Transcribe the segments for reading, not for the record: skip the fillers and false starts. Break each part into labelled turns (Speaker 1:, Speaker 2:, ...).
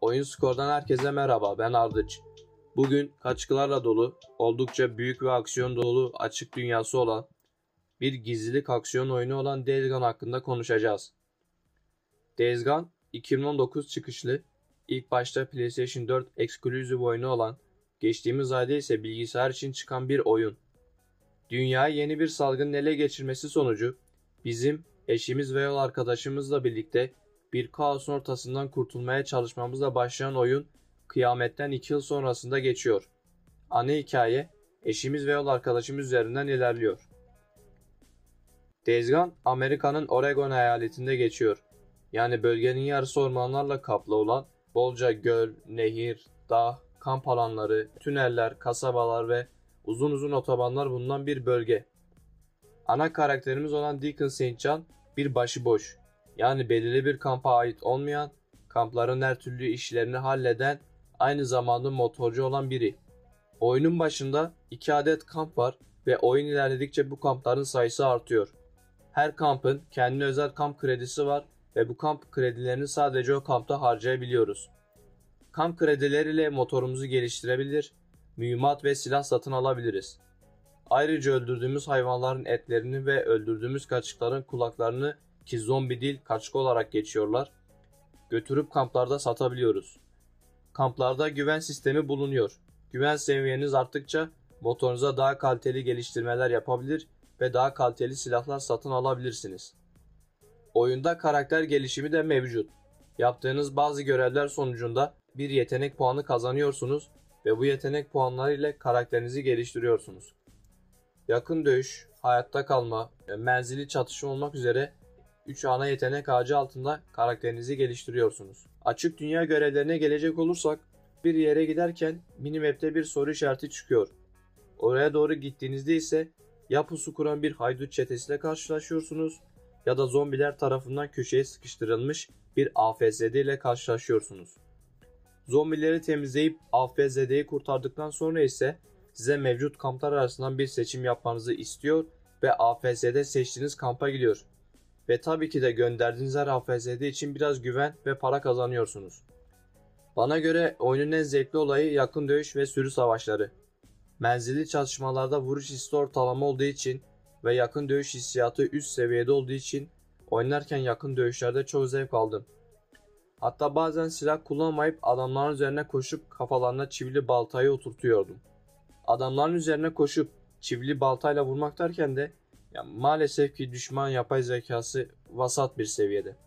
Speaker 1: Oyun Skor'dan herkese merhaba, ben Ardıç. Bugün kaçkılarla dolu, oldukça büyük ve aksiyon dolu açık dünyası olan bir gizlilik aksiyon oyunu olan Days Gone hakkında konuşacağız. Days Gone 2019 çıkışlı, ilk başta PlayStation 4 Exclusive oyunu olan, geçtiğimiz ayda ise bilgisayar için çıkan bir oyun. Dünyayı yeni bir salgının ele geçirmesi sonucu bizim, eşimiz ve yol arkadaşımızla birlikte bir kaosun ortasından kurtulmaya çalışmamızla başlayan oyun kıyametten 2 yıl sonrasında geçiyor. Ana hikaye eşimiz ve yol arkadaşımız üzerinden ilerliyor. Days Gone Amerika'nın Oregon eyaletinde geçiyor. Yani bölgenin yarısı ormanlarla kaplı olan bolca göl, nehir, dağ, kamp alanları, tüneller, kasabalar ve uzun uzun otobanlar bulunan bir bölge. Ana karakterimiz olan Deacon St. John bir başıboş, yani belirli bir kampa ait olmayan, kampların her türlü işlerini halleden, aynı zamanda motorcu olan biri. Oyunun başında 2 adet kamp var ve oyun ilerledikçe bu kampların sayısı artıyor. Her kampın kendine özel kamp kredisi var ve bu kamp kredilerini sadece o kampta harcayabiliyoruz. Kamp kredileriyle motorumuzu geliştirebilir, mühimmat ve silah satın alabiliriz. Ayrıca öldürdüğümüz hayvanların etlerini ve öldürdüğümüz kaçıkların kulaklarını, ki zombi değil kaçık olarak geçiyorlar, götürüp kamplarda satabiliyoruz. Kamplarda güven sistemi bulunuyor. Güven seviyeniz arttıkça motorunuza daha kaliteli geliştirmeler yapabilir ve daha kaliteli silahlar satın alabilirsiniz. Oyunda karakter gelişimi de mevcut. Yaptığınız bazı görevler sonucunda bir yetenek puanı kazanıyorsunuz ve bu yetenek puanları ile karakterinizi geliştiriyorsunuz. Yakın dövüş, hayatta kalma, menzili çatışma olmak üzere 3 ana yetenek ağacı altında karakterinizi geliştiriyorsunuz. Açık dünya görevlerine gelecek olursak, bir yere giderken minimap'te bir soru işareti çıkıyor. Oraya doğru gittiğinizde ise ya pusu kuran bir haydut çetesiyle karşılaşıyorsunuz ya da zombiler tarafından köşeye sıkıştırılmış bir AFSD ile karşılaşıyorsunuz. Zombileri temizleyip AFSD'yi kurtardıktan sonra ise size mevcut kamplar arasından bir seçim yapmanızı istiyor ve AFSD seçtiğiniz kampa gidiyor. Ve tabii ki de gönderdiğiniz her AFSD için biraz güven ve para kazanıyorsunuz. Bana göre oyunun en zevkli olayı yakın dövüş ve sürü savaşları. Menzilli çatışmalarda vuruş hissi ortalama olduğu için ve yakın dövüş hissiyatı üst seviyede olduğu için oynarken yakın dövüşlerde çok zevk aldım. Hatta bazen silah kullanmayıp adamların üzerine koşup kafalarına çivili baltayı oturtuyordum. Adamların üzerine koşup çivili baltayla vurmak derken de maalesef ki düşman yapay zekası vasat bir seviyede.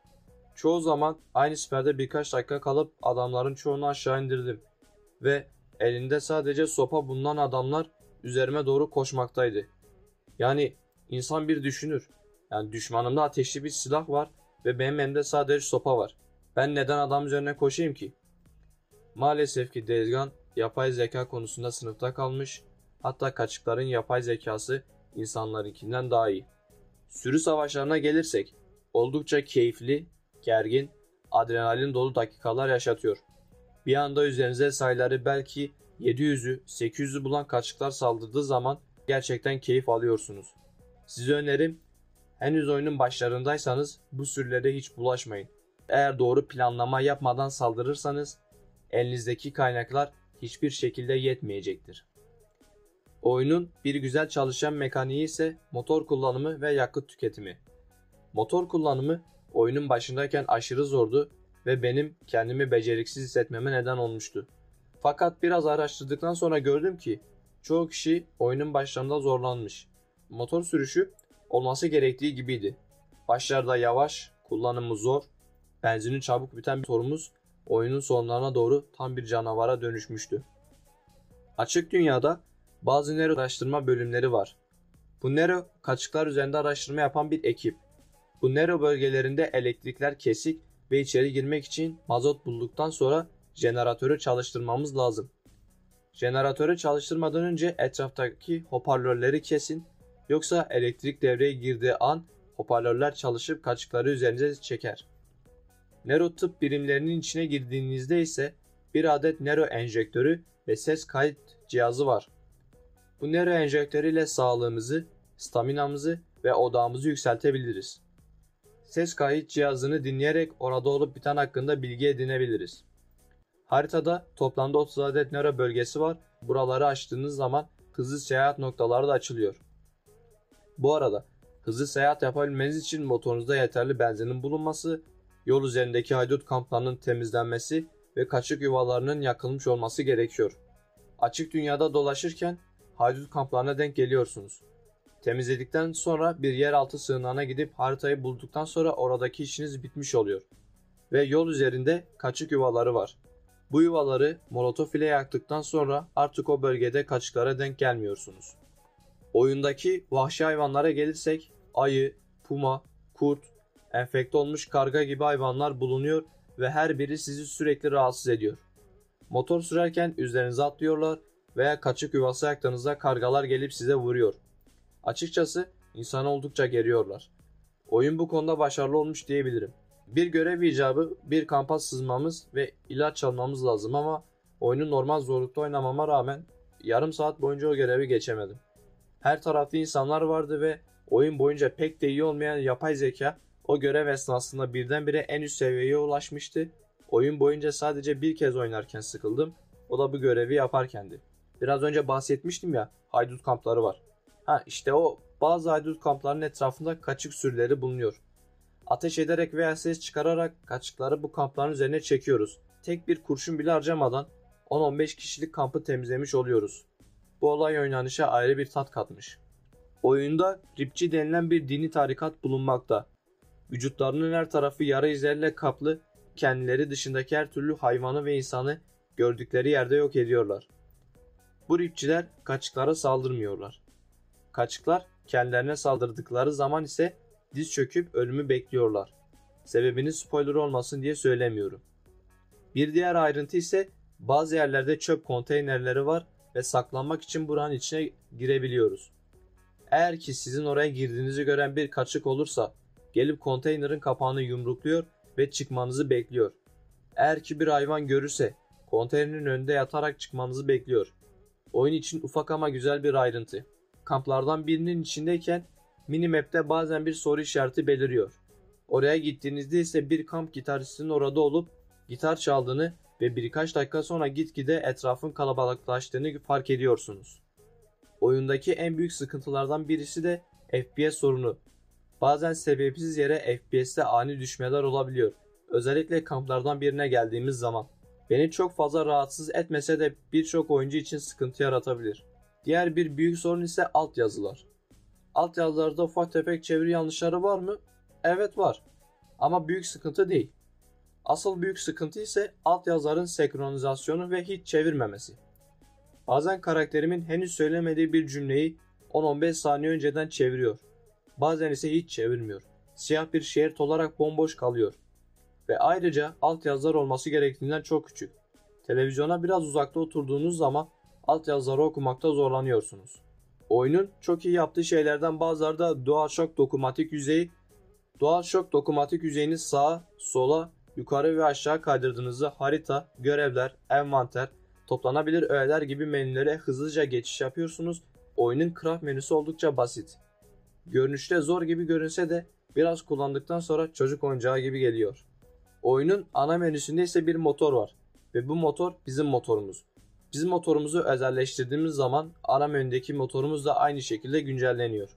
Speaker 1: Çoğu zaman aynı seferde birkaç dakika kalıp adamların çoğunu aşağı indirdim ve elinde sadece sopa bulunan adamlar üzerime doğru koşmaktaydı. Yani insan bir düşünür. Yani düşmanımda ateşli bir silah var ve benim elimde sadece sopa var. Ben neden adam üzerine koşayım ki? Maalesef ki Days Gone yapay zeka konusunda sınıfta kalmış, hatta kaçıkların yapay zekası insanlarınkinden daha iyi. Sürü savaşlarına gelirsek oldukça keyifli, gergin, adrenalin dolu dakikalar yaşatıyor. Bir anda üzerinize sayıları belki 700'ü 800'ü bulan kaçıklar saldırdığı zaman gerçekten keyif alıyorsunuz. Size önerim, henüz oyunun başlarındaysanız bu sürülere hiç bulaşmayın. Eğer doğru planlama yapmadan saldırırsanız elinizdeki kaynaklar hiçbir şekilde yetmeyecektir. Oyunun bir güzel çalışan mekaniği ise motor kullanımı ve yakıt tüketimi. Motor kullanımı oyunun başındayken aşırı zordu ve benim kendimi beceriksiz hissetmeme neden olmuştu. Fakat biraz araştırdıktan sonra gördüm ki çoğu kişi oyunun başlarında zorlanmış. Motor sürüşü olması gerektiği gibiydi. Başlarda yavaş, kullanımı zor, benzini çabuk biten motorumuz oyunun sonlarına doğru tam bir canavara dönüşmüştü. Açık dünyada bazı Nero araştırma bölümleri var. Bu Nero kaçıklar üzerinde araştırma yapan bir ekip. Bu Nero bölgelerinde elektrikler kesik ve içeri girmek için mazot bulduktan sonra jeneratörü çalıştırmamız lazım. Jeneratörü çalıştırmadan önce etraftaki hoparlörleri kesin, yoksa elektrik devreye girdiği an hoparlörler çalışıp kaçıkları üzerinize çeker. Nero tıp birimlerinin içine girdiğinizde ise bir adet Nero enjektörü ve ses kayıt cihazı var. Bu Nero enjektörü ile sağlığımızı, staminamızı ve odağımızı yükseltebiliriz. Ses kayıt cihazını dinleyerek orada olup biten hakkında bilgi edinebiliriz. Haritada toplamda 30 adet nöro bölgesi var. Buraları açtığınız zaman hızlı seyahat noktaları da açılıyor. Bu arada hızlı seyahat yapabilmeniz için motorunuzda yeterli benzinin bulunması, yol üzerindeki haydut kamplarının temizlenmesi ve kaçık yuvalarının yakılmış olması gerekiyor. Açık dünyada dolaşırken haydut kamplarına denk geliyorsunuz. Temizledikten sonra bir yeraltı sığınağına gidip haritayı bulduktan sonra oradaki işiniz bitmiş oluyor. Ve yol üzerinde kaçık yuvaları var. Bu yuvaları molotof ile yaktıktan sonra artık o bölgede kaçıklara denk gelmiyorsunuz. Oyundaki vahşi hayvanlara gelirsek ayı, puma, kurt, enfekte olmuş karga gibi hayvanlar bulunuyor ve her biri sizi sürekli rahatsız ediyor. Motor sürerken üzerinize atlıyorlar veya kaçık yuvası yaktığınızda kargalar gelip size vuruyor. Açıkçası insanı oldukça geriyorlar. Oyun bu konuda başarılı olmuş diyebilirim. Bir görev icabı bir kampa sızmamız ve ilaç çalmamız lazım ama oyunu normal zorlukta oynamama rağmen yarım saat boyunca o görevi geçemedim. Her tarafta insanlar vardı ve oyun boyunca pek de iyi olmayan yapay zeka o görev esnasında birdenbire en üst seviyeye ulaşmıştı. Oyun boyunca sadece bir kez oynarken sıkıldım. O da bu görevi yaparkendi. Biraz önce bahsetmiştim ya, haydut kampları var. İşte o bazı haydut kamplarının etrafında kaçık sürüleri bulunuyor. Ateş ederek veya ses çıkararak kaçıkları bu kampların üzerine çekiyoruz. Tek bir kurşun bile harcamadan 10-15 kişilik kampı temizlemiş oluyoruz. Bu olay oynanışa ayrı bir tat katmış. Oyunda Ripçi denilen bir dini tarikat bulunmakta. Vücutlarının her tarafı yara izleriyle kaplı, kendileri dışındaki her türlü hayvanı ve insanı gördükleri yerde yok ediyorlar. Bu Ripçiler kaçıklara saldırmıyorlar. Kaçıklar kendilerine saldırdıkları zaman ise diz çöküp ölümü bekliyorlar. Sebebini spoiler olmasın diye söylemiyorum. Bir diğer ayrıntı ise bazı yerlerde çöp konteynerleri var ve saklanmak için buranın içine girebiliyoruz. Eğer ki sizin oraya girdiğinizi gören bir kaçık olursa gelip konteynerin kapağını yumrukluyor ve çıkmanızı bekliyor. Eğer ki bir hayvan görürse konteynerin önünde yatarak çıkmanızı bekliyor. Oyun için ufak ama güzel bir ayrıntı. Kamplardan birinin içindeyken minimap'te bazen bir soru işareti beliriyor. Oraya gittiğinizde ise bir kamp gitaristinin orada olup gitar çaldığını ve birkaç dakika sonra gitgide etrafın kalabalıklaştığını fark ediyorsunuz. Oyundaki en büyük sıkıntılardan birisi de FPS sorunu. Bazen sebepsiz yere FPS'te ani düşmeler olabiliyor. Özellikle kamplardan birine geldiğimiz zaman. Beni çok fazla rahatsız etmese de birçok oyuncu için sıkıntı yaratabilir. Diğer bir büyük sorun ise altyazılar. Altyazılarda ufak tefek çeviri yanlışları var mı? Evet var. Ama büyük sıkıntı değil. Asıl büyük sıkıntı ise altyazıların senkronizasyonu ve hiç çevirmemesi. Bazen karakterimin henüz söylemediği bir cümleyi 10-15 saniye önceden çeviriyor. Bazen ise hiç çevirmiyor. Siyah bir şerit olarak bomboş kalıyor. Ve ayrıca altyazılar olması gerektiğinden çok küçük. Televizyona biraz uzakta oturduğunuz zaman altyazıları okumakta zorlanıyorsunuz. Oyunun çok iyi yaptığı şeylerden bazıları da DualShock dokunmatik yüzeyi. DualShock dokunmatik yüzeyini sağa, sola, yukarı ve aşağı kaydırdığınızda harita, görevler, envanter, toplanabilir öğeler gibi menülere hızlıca geçiş yapıyorsunuz. Oyunun craft menüsü oldukça basit. Görünüşte zor gibi görünse de biraz kullandıktan sonra çocuk oyuncağı gibi geliyor. Oyunun ana menüsünde ise bir motor var ve bu motor bizim motorumuz. Bizim motorumuzu özelleştirdiğimiz zaman ana menüdeki motorumuz da aynı şekilde güncelleniyor.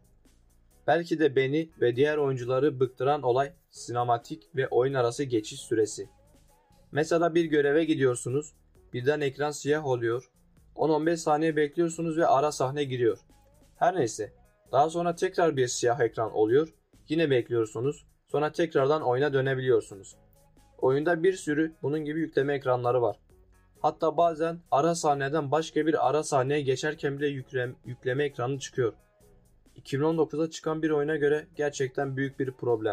Speaker 1: Belki de beni ve diğer oyuncuları bıktıran olay sinematik ve oyun arası geçiş süresi. Mesela bir göreve gidiyorsunuz, birden ekran siyah oluyor, 10-15 saniye bekliyorsunuz ve ara sahne giriyor. Her neyse, daha sonra tekrar bir siyah ekran oluyor, yine bekliyorsunuz, sonra tekrardan oyuna dönebiliyorsunuz. Oyunda bir sürü bunun gibi yükleme ekranları var. Hatta bazen ara sahneden başka bir ara sahneye geçerken bile yükleme ekranı çıkıyor. 2019'da çıkan bir oyuna göre gerçekten büyük bir problem.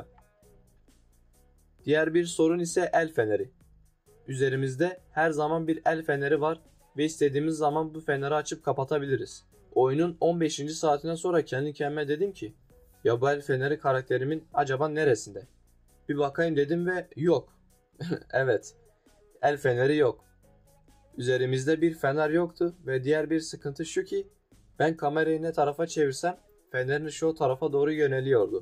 Speaker 1: Diğer bir sorun ise el feneri. Üzerimizde her zaman bir el feneri var ve istediğimiz zaman bu feneri açıp kapatabiliriz. Oyunun 15. saatinden sonra kendi kendime dedim ki, ya bu el feneri karakterimin acaba neresinde? Bir bakayım dedim ve yok. Evet, el feneri yok. Üzerimizde bir fener yoktu ve diğer bir sıkıntı şu ki ben kamerayı ne tarafa çevirsem fenerin ışığı o tarafa doğru yöneliyordu.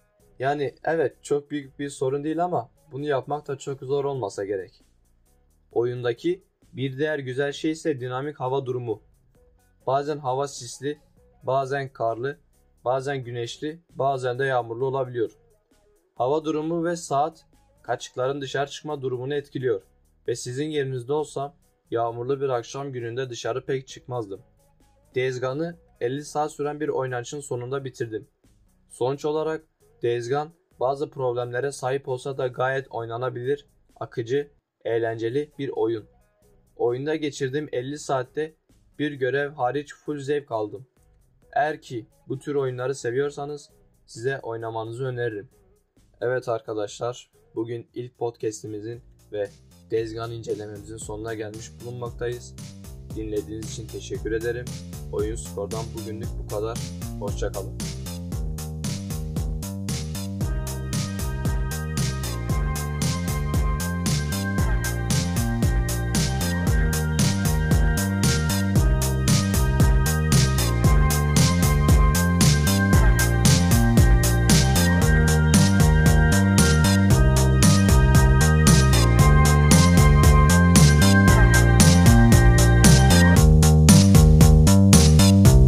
Speaker 1: Yani evet, çok büyük bir sorun değil ama bunu yapmak da çok zor olmasa gerek. Oyundaki bir diğer güzel şey ise dinamik hava durumu. Bazen hava sisli, bazen karlı, bazen güneşli, bazen de yağmurlu olabiliyor. Hava durumu ve saat kaçıkların dışarı çıkma durumunu etkiliyor ve sizin yerinizde olsam yağmurlu bir akşam gününde dışarı pek çıkmazdım. Days Gone'ı 50 saat süren bir oynanışın sonunda bitirdim. Sonuç olarak Days Gone bazı problemlere sahip olsa da gayet oynanabilir, akıcı, eğlenceli bir oyun. Oyunda geçirdiğim 50 saatte bir görev hariç full zevk aldım. Eğer ki bu tür oyunları seviyorsanız size oynamanızı öneririm. Evet arkadaşlar, bugün ilk podcast'imizin ve Days Gone incelememizin sonuna gelmiş bulunmaktayız. Dinlediğiniz için teşekkür ederim. Oyun Skor'dan bugünlük bu kadar. Hoşça kalın.